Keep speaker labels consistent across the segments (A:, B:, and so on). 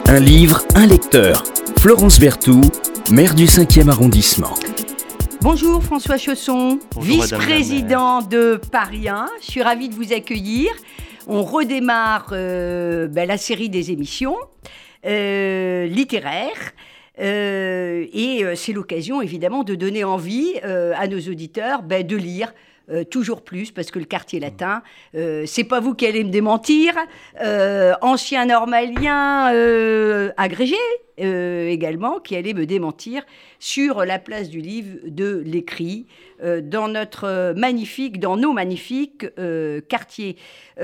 A: Un livre, un lecteur. Florence Berthoud, maire du 5e arrondissement.
B: Bonjour François Chausson,
C: Bonjour,
B: vice-président de Paris 1. Je suis ravie de vous accueillir. On redémarre la série des émissions littéraires. Et c'est l'occasion évidemment de donner envie à nos auditeurs de lire toujours plus, parce que le quartier latin, c'est pas vous qui allez me démentir, ancien normalien agrégé également, qui allait me démentir sur la place du livre de l'écrit dans nos magnifiques quartiers.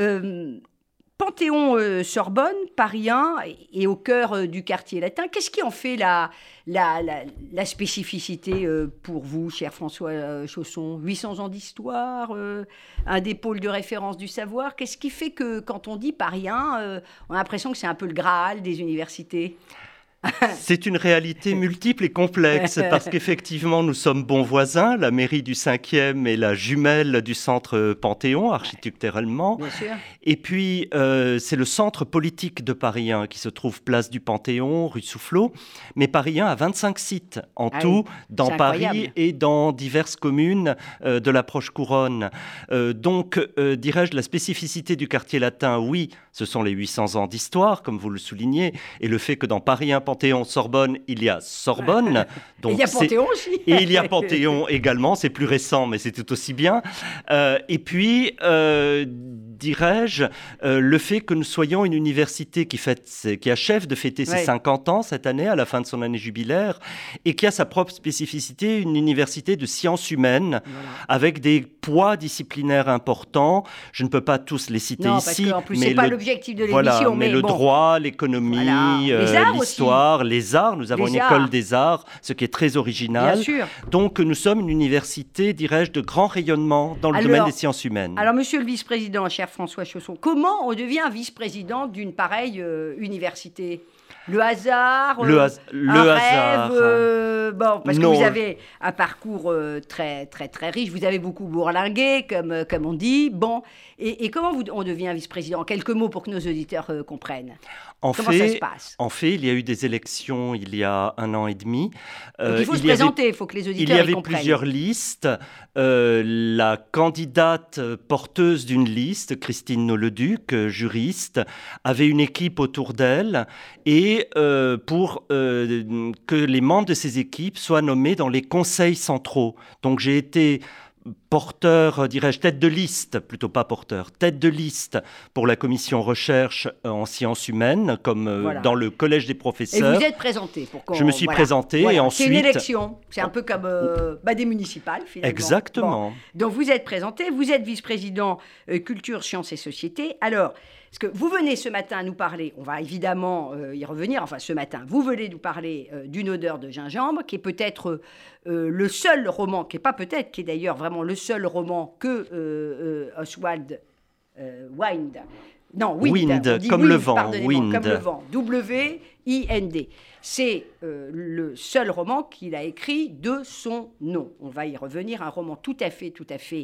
B: Panthéon-Sorbonne, Paris 1, et au cœur du quartier latin. Qu'est-ce qui en fait la spécificité pour vous, cher François Chausson ? 800 ans d'histoire, un des pôles de référence du savoir. Qu'est-ce qui fait que, quand on dit Paris 1, on a l'impression que c'est un peu le Graal des universités ?
C: C'est une réalité multiple et complexe parce qu'effectivement, nous sommes bons voisins. La mairie du 5e est la jumelle du centre Panthéon, architecturalement.
B: Bien sûr.
C: Et puis, c'est le centre politique de Paris 1 qui se trouve place du Panthéon, rue Soufflot. Mais Paris 1 a 25 sites en tout, dans Paris et dans diverses communes de la proche couronne. Donc, dirais-je, la spécificité du quartier latin, oui, ce sont les 800 ans d'histoire, comme vous le soulignez, et le fait que dans Paris 1, Panthéon, Sorbonne, il y a Sorbonne. Donc
B: et il y a Panthéon aussi.
C: Et il y a Panthéon également, c'est plus récent, mais c'est tout aussi bien. Et puis, dirais-je, le fait que nous soyons une université qui achève de fêter ses 50 ans cette année, à la fin de son année jubilaire, et qui a sa propre spécificité, une université de sciences humaines, avec des poids disciplinaires importants. Je ne peux pas tous les citer ici.
B: Parce qu'en plus, c'est pas l'objectif de l'émission.
C: Voilà, mais le droit, l'économie, l'histoire, les arts. Nous avons une école des arts, ce qui est très original.
B: Bien sûr.
C: Donc, nous sommes une université, dirais-je, de grand rayonnement dans le domaine des sciences humaines.
B: Alors, monsieur le vice-président, cher François Chausson, comment on devient vice-président d'une pareille université ? Le hasard,
C: le
B: rêve, parce que vous avez un parcours très, très, très riche, vous avez beaucoup bourlingué, comme on dit. Bon, et comment on devient vice-président ? En quelques mots pour que nos auditeurs comprennent. Comment ça se passe ?
C: En fait, il y a eu des élections il y a 1 an et demi.
B: Donc il faut se présenter, il faut que les auditeurs comprennent.
C: Il y avait plusieurs listes. La candidate porteuse d'une liste, Christine Nolleduc, juriste, avait une équipe autour d'elle et pour que les membres de ces équipes soient nommés dans les conseils centraux. Donc j'ai été porteur, dirais-je, tête de liste pour la commission recherche en sciences humaines, comme dans le collège des professeurs.
B: Et vous êtes présenté
C: Je me suis présenté et ensuite...
B: C'est une élection, c'est un peu comme des municipales, finalement.
C: Exactement.
B: Bon. Donc vous êtes présenté, vous êtes vice-président culture, sciences et société. Alors, parce que vous venez ce matin nous parler, on va évidemment y revenir, enfin ce matin, vous venez nous parler d'une odeur de gingembre, qui est peut-être le seul roman, qui est d'ailleurs vraiment le seul roman que Oswald Wind,
C: comme le vent,
B: W-I-N-D. C'est le seul roman qu'il a écrit de son nom. On va y revenir, un roman tout à fait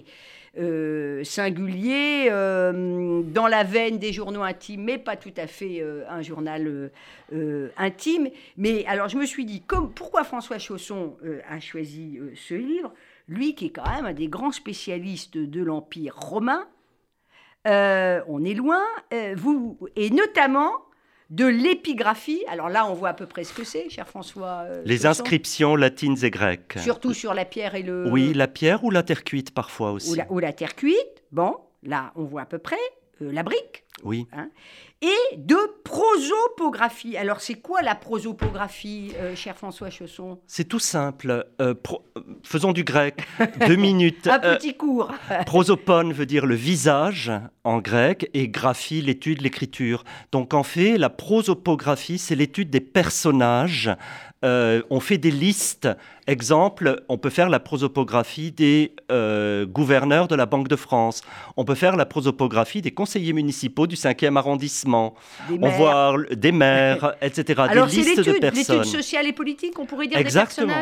B: singulier, dans la veine des journaux intimes, mais pas tout à fait un journal intime. Mais alors, je me suis dit, pourquoi François Chausson a choisi ce livre, lui qui est quand même un des grands spécialistes de l'Empire romain. On est loin, et notamment de l'épigraphie. Alors là, on voit à peu près ce que c'est, cher François.
C: Les inscriptions latines et grecques.
B: Surtout sur la pierre et le...
C: Oui, la pierre ou la terre cuite parfois aussi.
B: Ou la terre cuite. Bon, là, on voit à peu près la brique.
C: Oui.
B: Et de prosopographie. Alors, c'est quoi la prosopographie, cher François Chausson ?
C: C'est tout simple. Faisons du grec. 2 minutes.
B: Un petit cours.
C: Prosopone veut dire le visage en grec et graphie, l'étude, l'écriture. Donc, en fait, la prosopographie, c'est l'étude des personnages. On fait des listes. Exemple, on peut faire la prosopographie des gouverneurs de la Banque de France. On peut faire la prosopographie des conseillers municipaux du 5e arrondissement. On voit des maires, etc.
B: Alors,
C: des listes de personnes.
B: L'étude sociale et politique, on pourrait dire des personnages.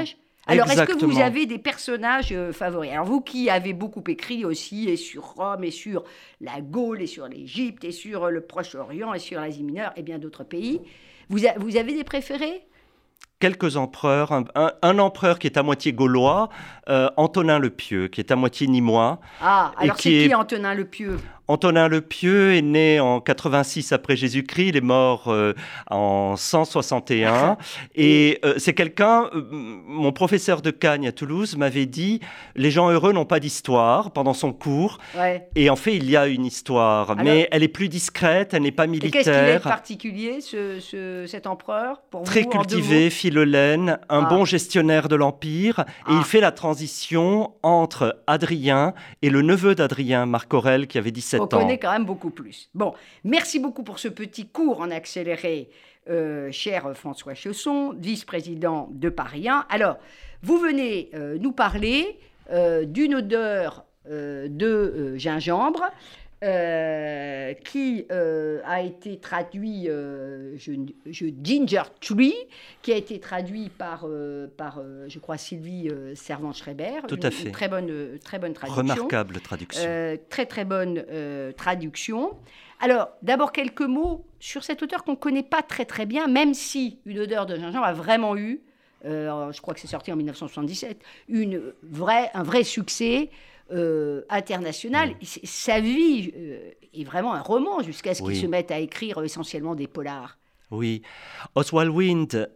B: Alors, est-ce que vous avez des personnages favoris? Alors, vous qui avez beaucoup écrit aussi, et sur Rome, et sur la Gaule, et sur l'Égypte, et sur le Proche-Orient, et sur l'Asie mineure, et bien d'autres pays, vous avez des préférés?
C: Quelques empereurs, un empereur qui est à moitié gaulois, Antonin le Pieux, qui est à moitié nîmois.
B: Ah, alors c'est qui Antonin le Pieux?
C: Antonin le Pieux est né en 86 après Jésus-Christ, il est mort en 161. Et c'est quelqu'un, mon professeur de Cagnes à Toulouse m'avait dit, les gens heureux n'ont pas d'histoire pendant son cours.
B: Ouais.
C: Et en fait, il y a une histoire, alors, mais elle est plus discrète, elle n'est pas militaire.
B: Qu'est-ce qu'il est de particulier, cet empereur, pour
C: Très
B: vous,
C: cultivé, philhellène, un bon gestionnaire de l'Empire. Et il fait la transition entre Adrien et le neveu d'Adrien, Marc Aurèle, qui avait 17 ans.
B: On connaît quand même beaucoup plus. Bon, merci beaucoup pour ce petit cours en accéléré, cher François Chausson, vice-président de Paris 1. Alors, vous venez nous parler d'une odeur de gingembre qui a été traduit, Ginger Tree, qui a été traduit par je crois, Sylvie Servan-Schreiber.
C: Tout à fait.
B: Une très bonne traduction.
C: Remarquable traduction.
B: Très bonne traduction. Alors, d'abord, quelques mots sur cet auteur qu'on ne connaît pas très bien, même si Une odeur de gingembre a vraiment eu, je crois que c'est sorti en 1977, un vrai succès international. Sa vie est vraiment un roman jusqu'à ce qu'il se mette à écrire essentiellement des polars.
C: Oui, Oswald Wind,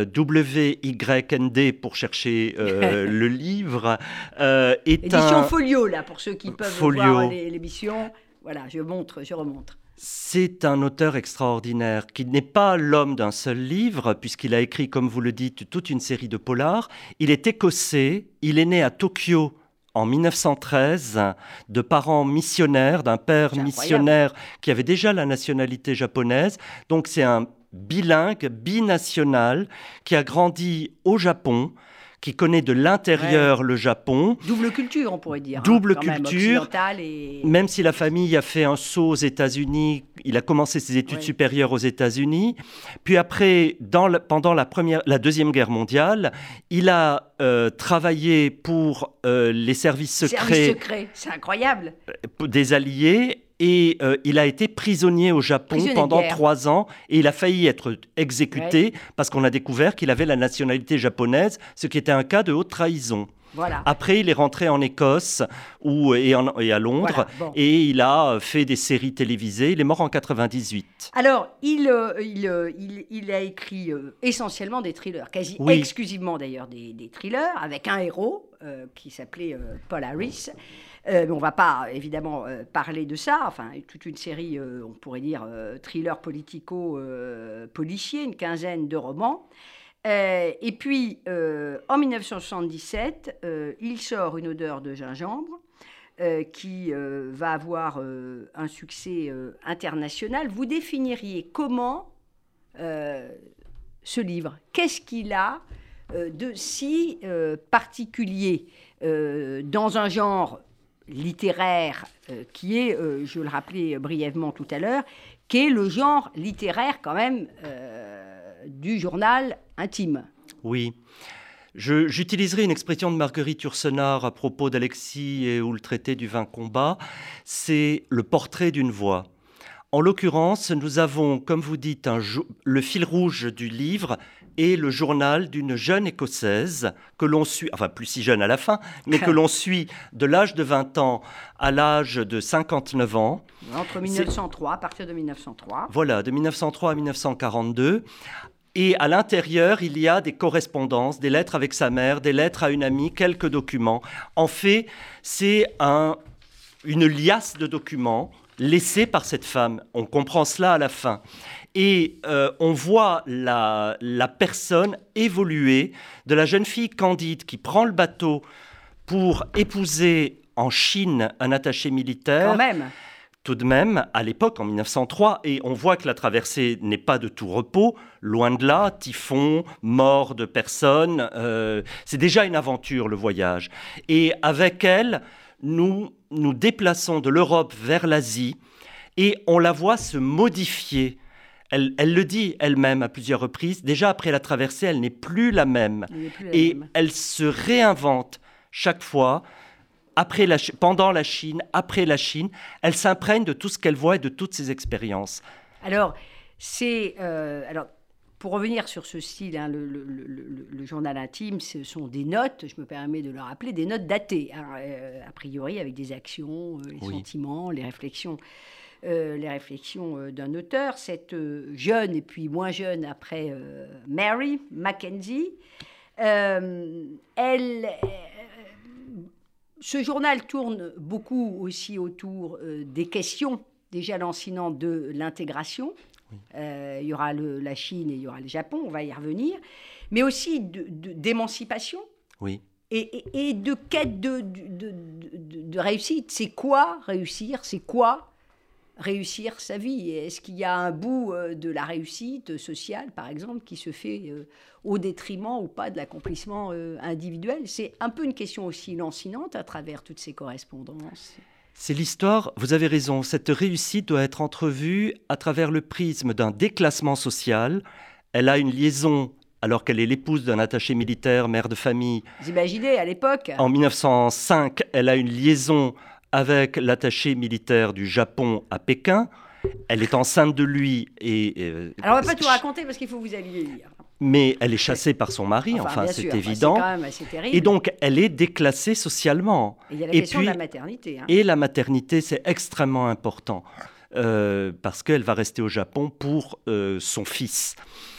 C: W-Y-N-D pour chercher le livre, est
B: édition Folio, là, pour ceux qui peuvent voir l'émission. Voilà, je remonte.
C: C'est un auteur extraordinaire qui n'est pas l'homme d'un seul livre, puisqu'il a écrit, comme vous le dites, toute une série de polars. Il est écossais, il est né à Tokyo en 1913, de parents missionnaires, d'un père missionnaire qui avait déjà la nationalité japonaise. Donc c'est un bilingue, binational, qui a grandi au Japon, qui connaît de l'intérieur le Japon.
B: Double culture, on pourrait dire.
C: Double culture.
B: Même
C: si la famille a fait un saut aux États-Unis, il a commencé ses études supérieures aux États-Unis. Puis après, pendant la Deuxième Guerre mondiale, il a travaillé pour les services secrets.
B: C'est incroyable.
C: Des Alliés. Et il a été prisonnier au Japon pendant 3 ans et il a failli être exécuté parce qu'on a découvert qu'il avait la nationalité japonaise, ce qui était un cas de haute trahison.
B: Voilà.
C: Après, il est rentré en Écosse et à Londres et il a fait des séries télévisées. Il est mort en 98.
B: Alors, il a écrit essentiellement des thrillers, quasi exclusivement d'ailleurs des thrillers, avec un héros qui s'appelait Paul Harris. On ne va pas évidemment parler de ça, enfin toute une série, on pourrait dire, thriller politico-policier, une quinzaine de romans. Et puis, en 1977, il sort Une odeur de gingembre, qui va avoir un succès international. Vous définiriez comment ce livre? Qu'est-ce qu'il a de si particulier dans un genre littéraire qui est, je le rappelais brièvement tout à l'heure, qui est le genre littéraire quand même du journal intime.
C: Oui. J'utiliserai une expression de Marguerite Yourcenar à propos d'Alexis et ou le traité du vin combat, c'est le portrait d'une voix. En l'occurrence, nous avons, comme vous dites, le fil rouge du livre et le journal d'une jeune Écossaise que l'on suit, enfin plus si jeune à la fin, mais que l'on suit de l'âge de 20 ans à l'âge de 59 ans.
B: Entre 1903, à partir de 1903.
C: Voilà, de 1903 à 1942. Et à l'intérieur, il y a des correspondances, des lettres avec sa mère, des lettres à une amie, quelques documents. En fait, c'est une liasse de documents laissés par cette femme. On comprend cela à la fin. Et on voit la personne évoluer de la jeune fille candide qui prend le bateau pour épouser en Chine un attaché militaire.
B: Quand même.
C: Tout de même, à l'époque, en 1903, et on voit que la traversée n'est pas de tout repos, loin de là, typhon, mort de personnes, c'est déjà une aventure, le voyage. Et avec elle, nous nous déplaçons de l'Europe vers l'Asie, et on la voit se modifier. Elle le dit elle-même à plusieurs reprises. Déjà, après la traversée, elle n'est plus la même. Elle se réinvente chaque fois, pendant la Chine, après la Chine. Elle s'imprègne de tout ce qu'elle voit et de toutes ses expériences.
B: Alors, pour revenir sur ce style, hein, le journal intime, ce sont des notes, je me permets de le rappeler, des notes datées, hein, a priori avec des actions, les sentiments, les réflexions d'un auteur. Cette jeune et puis moins jeune après Mary Mackenzie, ce journal tourne beaucoup aussi autour des questions déjà lancinantes de l'intégration. Il y aura la Chine et il y aura le Japon, on va y revenir, mais aussi d'émancipation et de quête de réussite. C'est quoi réussir ? C'est quoi réussir sa vie ? Est-ce qu'il y a un bout de la réussite sociale, par exemple, qui se fait au détriment ou pas de l'accomplissement individuel ? C'est un peu une question aussi lancinante à travers toutes ces correspondances.
C: C'est l'histoire, vous avez raison, cette réussite doit être entrevue à travers le prisme d'un déclassement social. Elle a une liaison, alors qu'elle est l'épouse d'un attaché militaire, mère de famille.
B: Vous imaginez, à l'époque ?
C: En 1905, elle a une liaison avec l'attaché militaire du Japon à Pékin. Elle est enceinte de lui
B: alors, on ne va pas tout raconter parce qu'il faut vous aller lire.
C: Mais elle est chassée par son mari, c'est évident.
B: C'est quand même assez terrible.
C: Et donc, elle est déclassée socialement.
B: Et il y a la question de la maternité. Hein.
C: Et la maternité, c'est extrêmement important, parce qu'elle va rester au Japon pour son fils.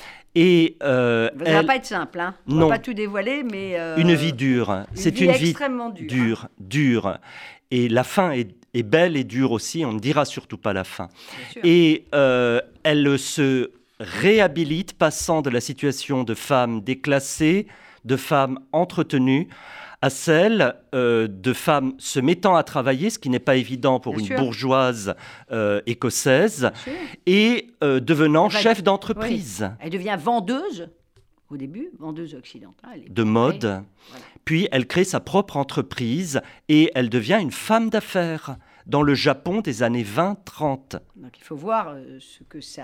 C: Et
B: ça ne va pas être simple, hein. On ne va pas tout dévoiler, mais...
C: Une vie dure. C'est une vie
B: extrêmement dure.
C: Dure. Et la fin est belle et dure aussi, on ne dira surtout pas la fin. Et elle se réhabilite, passant de la situation de femme déclassée, de femme entretenue, à celle de femmes se mettant à travailler, ce qui n'est pas évident pour une bourgeoise écossaise, et devenant chef d'entreprise.
B: Oui. Elle devient vendeuse, au début, vendeuse occidentale.
C: De mode. Voilà. Puis elle crée sa propre entreprise et elle devient une femme d'affaires dans le Japon des années 20-30.
B: Donc il faut voir ce que ça...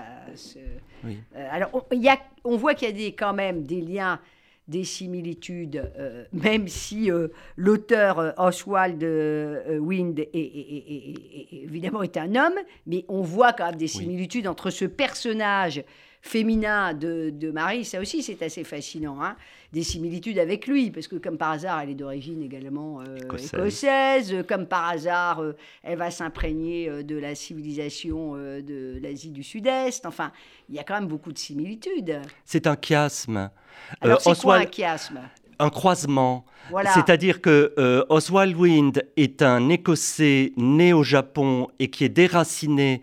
B: alors on voit qu'il y a quand même des liens, des similitudes, même si l'auteur Oswald Wind évidemment est un homme, mais on voit quand même des similitudes entre ce personnage féminin de Marie. Ça aussi, c'est assez fascinant, hein. Des similitudes avec lui, parce que comme par hasard, elle est d'origine également écossaise. Comme par hasard, elle va s'imprégner de la civilisation de l'Asie du Sud-Est. Enfin, il y a quand même beaucoup de similitudes.
C: C'est un chiasme.
B: Alors, c'est quoi un chiasme ?
C: Un croisement. Voilà. C'est-à-dire que Oswald Wind est un Écossais né au Japon et qui est déraciné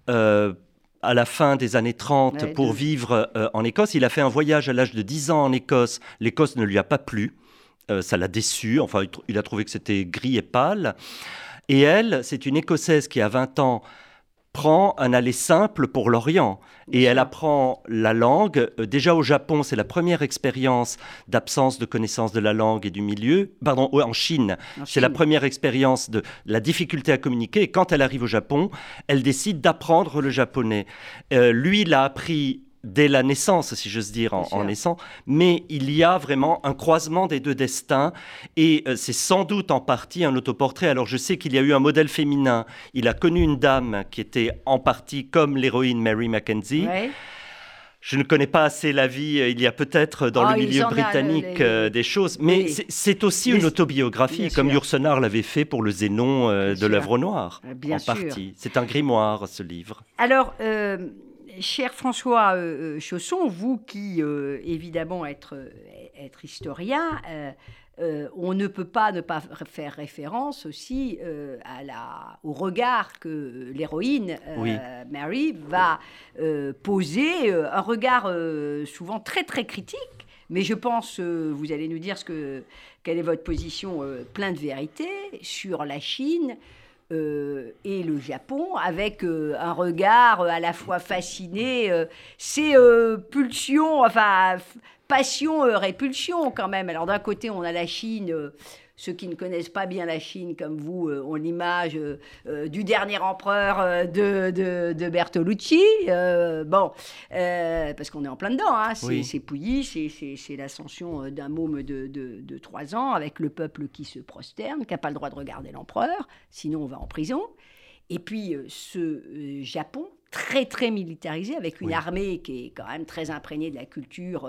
C: à la fin des années 30 pour vivre en Écosse. Il a fait un voyage à l'âge de 10 ans en Écosse. L'Écosse ne lui a pas plu. Ça l'a déçu. Enfin, il a trouvé que c'était gris et pâle. Et elle, c'est une Écossaise qui, à 20 ans, prend un aller simple pour l'Orient. Et elle apprend la langue. Déjà au Japon, c'est la première expérience d'absence de connaissance de la langue et du milieu. Pardon, en Chine. C'est la première expérience de la difficulté à communiquer. Et quand elle arrive au Japon, elle décide d'apprendre le japonais. Lui, il a appris dès la naissance, si j'ose dire, en naissant. Mais il y a vraiment un croisement des deux destins. Et c'est sans doute en partie un autoportrait. Alors, je sais qu'il y a eu un modèle féminin. Il a connu une dame qui était en partie comme l'héroïne Mary Mackenzie. Ouais. Je ne connais pas assez la vie. Il y a peut-être dans le milieu britannique des choses. Mais c'est aussi une autobiographie, comme Yourcenar l'avait fait pour le Zénon de l'œuvre noire, en partie. C'est un grimoire, ce livre.
B: Alors... cher François Chausson, vous qui, évidemment, être historien, on ne peut pas ne pas faire référence aussi au regard que l'héroïne, Mary, va poser, un regard souvent très, très critique. Mais je pense, vous allez nous dire quelle est votre position pleine de vérité sur la Chine, et le Japon, avec un regard à la fois fasciné, ces pulsions, enfin passion-répulsion quand même. Alors d'un côté, on a la Chine. Ceux qui ne connaissent pas bien la Chine, comme vous, ont l'image du dernier empereur de Bertolucci. Parce qu'on est en plein dedans. Hein. C'est Pouilly, c'est l'ascension d'un môme de 3 ans avec le peuple qui se prosterne, qui n'a pas le droit de regarder l'empereur, sinon on va en prison. Et puis ce Japon, très très militarisé, avec une armée qui est quand même très imprégnée de la culture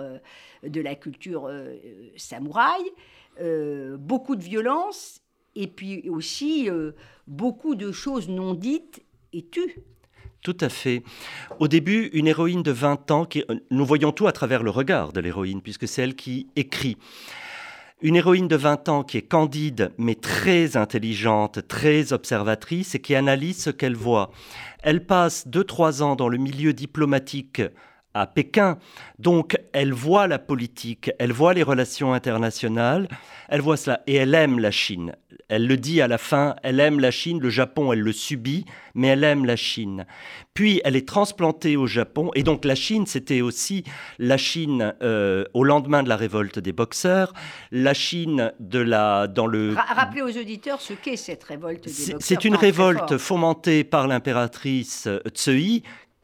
B: samouraï. Beaucoup de violence et puis aussi beaucoup de choses non dites et tues.
C: Tout à fait. Au début, une héroïne de 20 ans, nous voyons tout à travers le regard de l'héroïne, puisque c'est elle qui écrit. Une héroïne de 20 ans qui est candide, mais très intelligente, très observatrice et qui analyse ce qu'elle voit. Elle passe 2-3 ans dans le milieu diplomatique à Pékin. Donc, elle voit la politique, elle voit les relations internationales, elle voit cela et elle aime la Chine. Elle le dit à la fin, elle aime la Chine, le Japon, elle le subit, mais elle aime la Chine. Puis, elle est transplantée au Japon, et donc la Chine, c'était aussi la Chine au lendemain de la révolte des Boxers, la Chine dans le...
B: Rappelez aux auditeurs ce qu'est cette révolte des Boxers.
C: C'est une révolte fomentée par l'impératrice Tsui,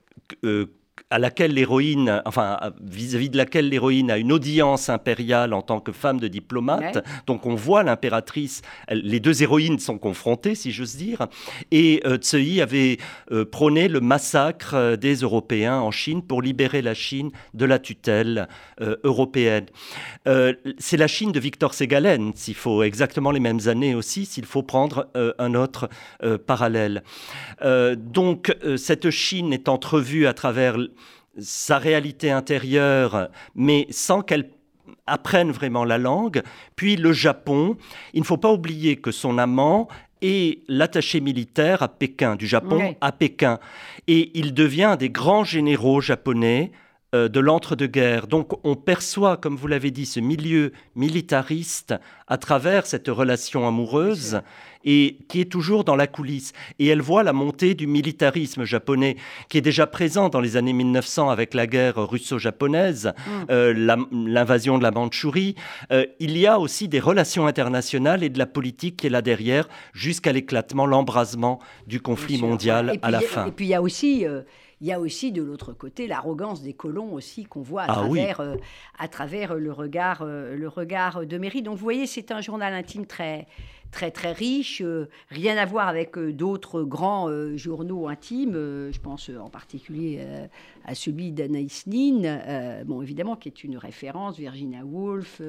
C: à laquelle l'héroïne, vis-à-vis de laquelle l'héroïne a une audience impériale en tant que femme de diplomate. Ouais. Donc on voit l'impératrice, les deux héroïnes sont confrontées, si j'ose dire. Et Tsui avait prôné le massacre des Européens en Chine pour libérer la Chine de la tutelle européenne. C'est la Chine de Victor Ségalen, s'il faut exactement les mêmes années aussi, s'il faut prendre un autre parallèle. Donc cette Chine est entrevue à travers sa réalité intérieure, mais sans qu'elle apprenne vraiment la langue. Puis le Japon, il ne faut pas oublier que son amant est l'attaché militaire à Pékin, du Japon à Pékin. Et il devient un des grands généraux japonais de l'entre-deux-guerres. Donc on perçoit, comme vous l'avez dit, ce milieu militariste à travers cette relation amoureuse et qui est toujours dans la coulisse. Et elle voit la montée du militarisme japonais qui est déjà présent dans les années 1900 avec la guerre russo-japonaise, l'invasion de la Mandchourie. Il y a aussi des relations internationales et de la politique qui est là derrière jusqu'à l'éclatement, l'embrasement du conflit mondial à la fin.
B: Et puis il y a aussi... Il y a aussi de l'autre côté l'arrogance des colons aussi qu'on voit à travers le regard de Méry. Donc vous voyez, c'est un journal intime très, très, très riche, rien à voir avec d'autres grands journaux intimes. Je pense en particulier à celui d'Anaïs Nin, évidemment, qui est une référence, Virginia Woolf.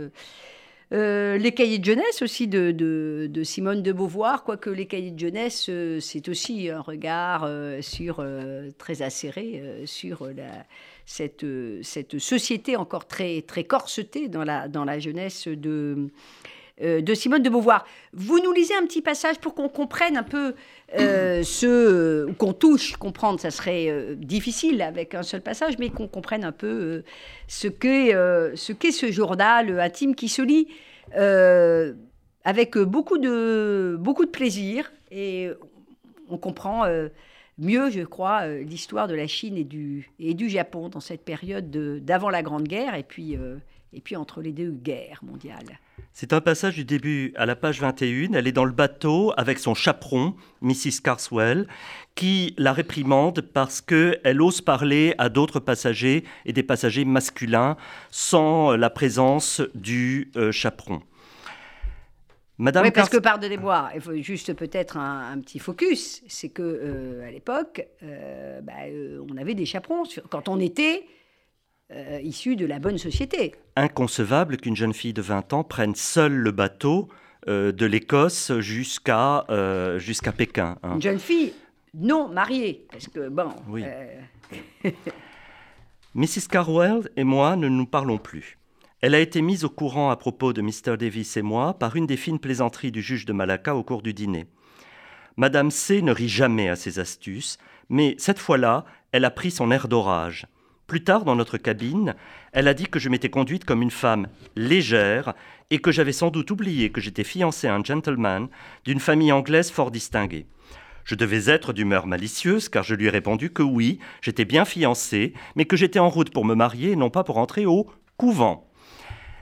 B: Les cahiers de jeunesse aussi de Simone de Beauvoir, quoique les cahiers de jeunesse, c'est aussi un regard très acéré sur cette société encore très, très corsetée dans la jeunesse de Simone de Beauvoir. Vous nous lisez un petit passage pour qu'on comprenne un peu qu'on touche, comprendre, ça serait difficile avec un seul passage, mais qu'on comprenne un peu ce qu'est ce journal intime qui se lit avec beaucoup de plaisir, et on comprend mieux, je crois, l'histoire de la Chine et du Japon dans cette période d'avant la Grande Guerre et puis entre les deux guerres mondiales.
C: C'est un passage du début à la page 21. Elle est dans le bateau avec son chaperon, Mrs. Carswell, qui la réprimande parce qu'elle ose parler à d'autres passagers et des passagers masculins sans la présence du chaperon.
B: Oui, parce que, pardonnez-moi, il faut juste peut-être un petit focus. C'est qu'à l'époque, on avait des chaperons quand on était... issus de la bonne société.
C: Inconcevable qu'une jeune fille de 20 ans prenne seule le bateau de l'Écosse jusqu'à Pékin. Hein.
B: Une jeune fille non mariée, parce que
C: Oui. Mrs. Carswell et moi ne nous parlons plus. Elle a été mise au courant à propos de Mr. Davis et moi par une des fines plaisanteries du juge de Malacca au cours du dîner. Madame C. ne rit jamais à ses astuces, mais cette fois-là, elle a pris son air d'orage. Plus tard, dans notre cabine, elle a dit que je m'étais conduite comme une femme légère et que j'avais sans doute oublié que j'étais fiancée à un gentleman d'une famille anglaise fort distinguée. Je devais être d'humeur malicieuse car je lui ai répondu que oui, j'étais bien fiancée, mais que j'étais en route pour me marier et non pas pour entrer au couvent.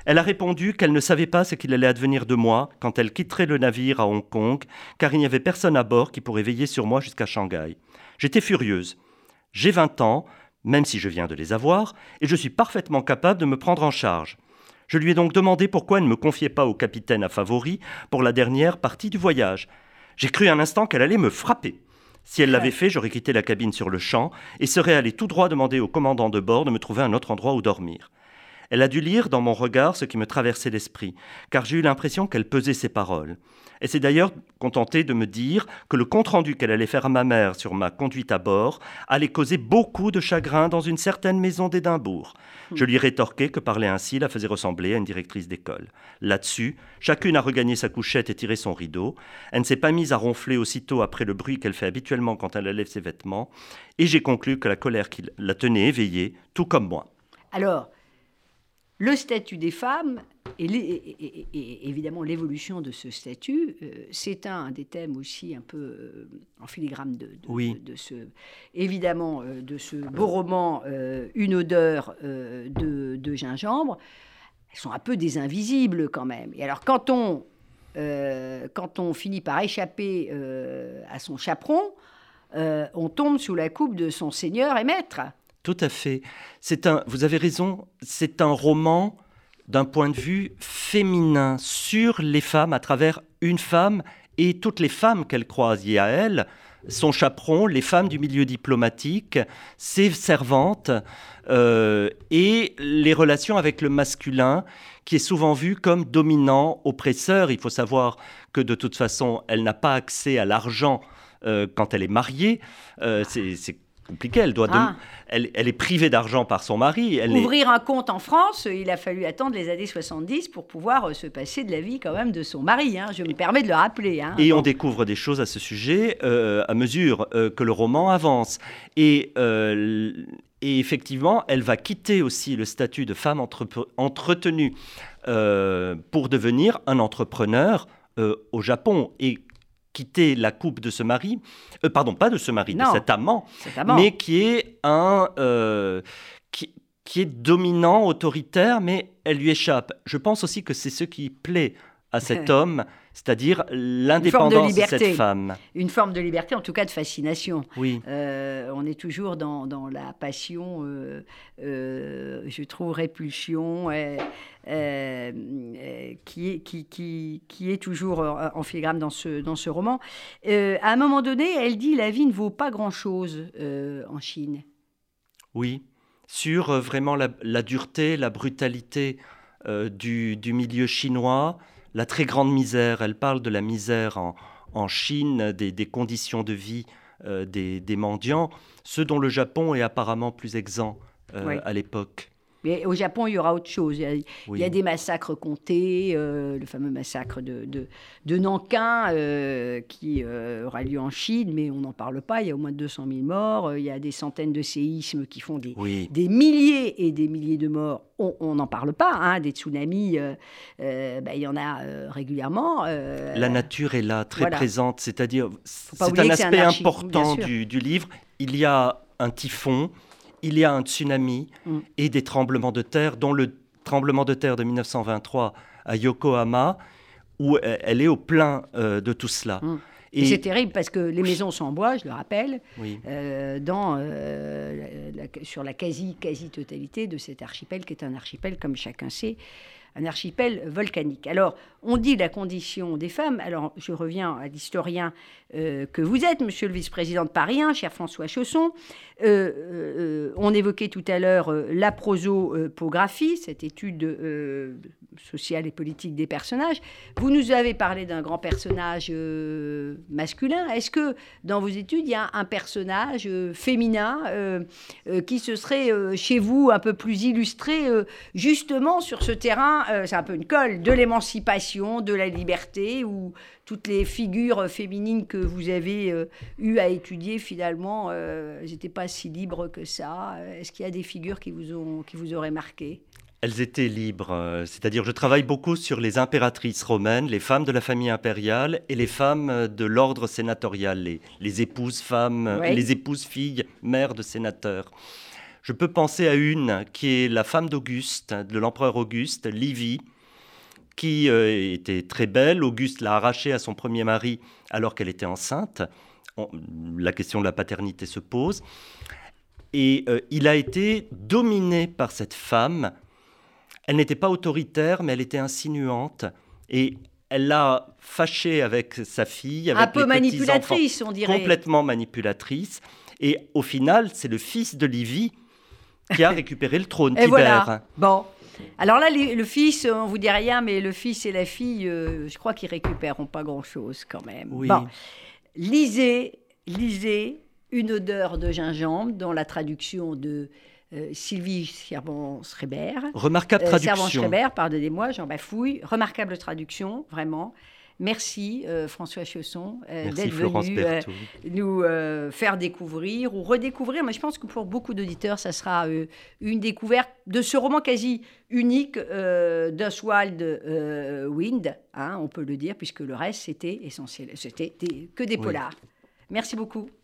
C: Elle a répondu qu'elle ne savait pas ce qu'il allait advenir de moi quand elle quitterait le navire à Hong Kong, car il n'y avait personne à bord qui pourrait veiller sur moi jusqu'à Shanghai. J'étais furieuse. J'ai 20 ans, même si je viens de les avoir, et je suis parfaitement capable de me prendre en charge. Je lui ai donc demandé pourquoi elle ne me confiait pas au capitaine à favori pour la dernière partie du voyage. J'ai cru un instant qu'elle allait me frapper. Si elle l'avait fait, j'aurais quitté la cabine sur le champ et serais allé tout droit demander au commandant de bord de me trouver un autre endroit où dormir. Elle a dû lire dans mon regard ce qui me traversait l'esprit, car j'ai eu l'impression qu'elle pesait ses paroles. Elle s'est d'ailleurs contentée de me dire que le compte-rendu qu'elle allait faire à ma mère sur ma conduite à bord allait causer beaucoup de chagrin dans une certaine maison d'Édimbourg. Je lui rétorquai que parler ainsi la faisait ressembler à une directrice d'école. Là-dessus, chacune a regagné sa couchette et tiré son rideau. Elle ne s'est pas mise à ronfler aussitôt après le bruit qu'elle fait habituellement quand elle lève ses vêtements, et j'ai conclu que la colère qui la tenait éveillée, tout comme moi.
B: Alors, le statut des femmes et évidemment l'évolution de ce statut, c'est un des thèmes aussi un peu en filigrane de ce beau roman Une odeur de gingembre. Elles sont un peu des invisibles quand même. Et alors quand on finit par échapper à son chaperon, on tombe sous la coupe de son seigneur et maître.
C: Tout à fait. Vous avez raison, c'est un roman d'un point de vue féminin sur les femmes à travers une femme et toutes les femmes qu'elle croise. Il y a elle, son chaperon, les femmes du milieu diplomatique, ses servantes et les relations avec le masculin qui est souvent vu comme dominant, oppresseur. Il faut savoir que de toute façon, elle n'a pas accès à l'argent quand elle est mariée. C'est compliqué, elle est privée d'argent par son mari.
B: Ouvrir un compte en France, il a fallu attendre les années 70 pour pouvoir se passer de la vie quand même de son mari, je me permets de le rappeler.
C: Et on découvre des choses à ce sujet à mesure que le roman avance. Et effectivement, elle va quitter aussi le statut de femme entretenue pour devenir un entrepreneur au Japon. Et quitter la coupe de ce mari, pas de ce mari, de cet amant, mais qui est qui est dominant, autoritaire, mais elle lui échappe. Je pense aussi que c'est ce qui plaît à cet homme, c'est-à-dire l'indépendance de cette femme.
B: Une forme de liberté, en tout cas de fascination.
C: Oui.
B: On est toujours dans la passion, je trouve, répulsion, qui est toujours en filigrane dans ce roman. À un moment donné, elle dit « La vie ne vaut pas grand-chose en Chine ».
C: Oui, sur vraiment la dureté, la brutalité du milieu chinois, la très grande misère. Elle parle de la misère en Chine, des conditions de vie des mendiants, ceux dont le Japon est apparemment plus exempt à l'époque.
B: Mais au Japon, il y aura autre chose. Il y a des massacres comptés, le fameux massacre de Nankin qui aura lieu en Chine, mais on n'en parle pas. Il y a au moins 200 000 morts. Il y a des centaines de séismes qui font des milliers et des milliers de morts. On n'en parle pas. Des tsunamis, il y en a régulièrement.
C: La nature est là, très présente. C'est-à-dire, c'est un aspect important du livre. Il y a un typhon. Il y a un tsunami et des tremblements de terre, dont le tremblement de terre de 1923 à Yokohama, où elle est au plein de tout cela.
B: Et c'est terrible parce que les maisons sont en bois, je le rappelle, sur la quasi-totalité de cet archipel, qui est un archipel, comme chacun sait, un archipel volcanique. Alors, on dit la condition des femmes. Alors, je reviens à l'historien que vous êtes, monsieur le vice-président de Paris 1, cher François Chausson. On évoquait tout à l'heure la prosopographie, cette étude sociale et politique des personnages. Vous nous avez parlé d'un grand personnage masculin. Est-ce que, dans vos études, il y a un personnage féminin qui se serait, chez vous, un peu plus illustré, justement, sur ce terrain, c'est un peu une colle, de l'émancipation, de la liberté, où toutes les figures féminines que vous avez eu à étudier, finalement, n'étaient pas si libres que ça. Est-ce qu'il y a des figures qui vous auraient marqué ?
C: Elles étaient libres, c'est-à-dire je travaille beaucoup sur les impératrices romaines, les femmes de la famille impériale et les femmes de l'ordre sénatorial, les épouses femmes, les épouses filles, mères de sénateurs. Je peux penser à une qui est la femme d'Auguste, de l'empereur Auguste, Livie, qui était très belle. Auguste l'a arrachée à son premier mari alors qu'elle était enceinte. La question de la paternité se pose. Et il a été dominé par cette femme. Elle n'était pas autoritaire, mais elle était insinuante. Et elle l'a fâché avec sa fille, avec
B: un peu
C: les
B: manipulatrice, on dirait.
C: Complètement manipulatrice. Et au final, c'est le fils de Livie qui a récupéré le trône,
B: et
C: Tibère.
B: Voilà. Bon. Alors là, le fils, on vous dit rien, mais le fils et la fille, je crois qu'ils récupéreront pas grand-chose quand même.
C: Oui.
B: Bon. Lisez Une odeur de gingembre dans la traduction de Sylvie Servan-Schreiber.
C: Remarquable traduction.
B: Servan-Schreiber, pardonnez-moi, j'en bafouille. Remarquable traduction, vraiment. Merci François Chausson d'être venu nous faire découvrir ou redécouvrir. Mais je pense que pour beaucoup d'auditeurs, ça sera une découverte de ce roman quasi unique d'Oswald Wind, on peut le dire, puisque le reste, c'était essentiel. C'était que des polars. Merci beaucoup.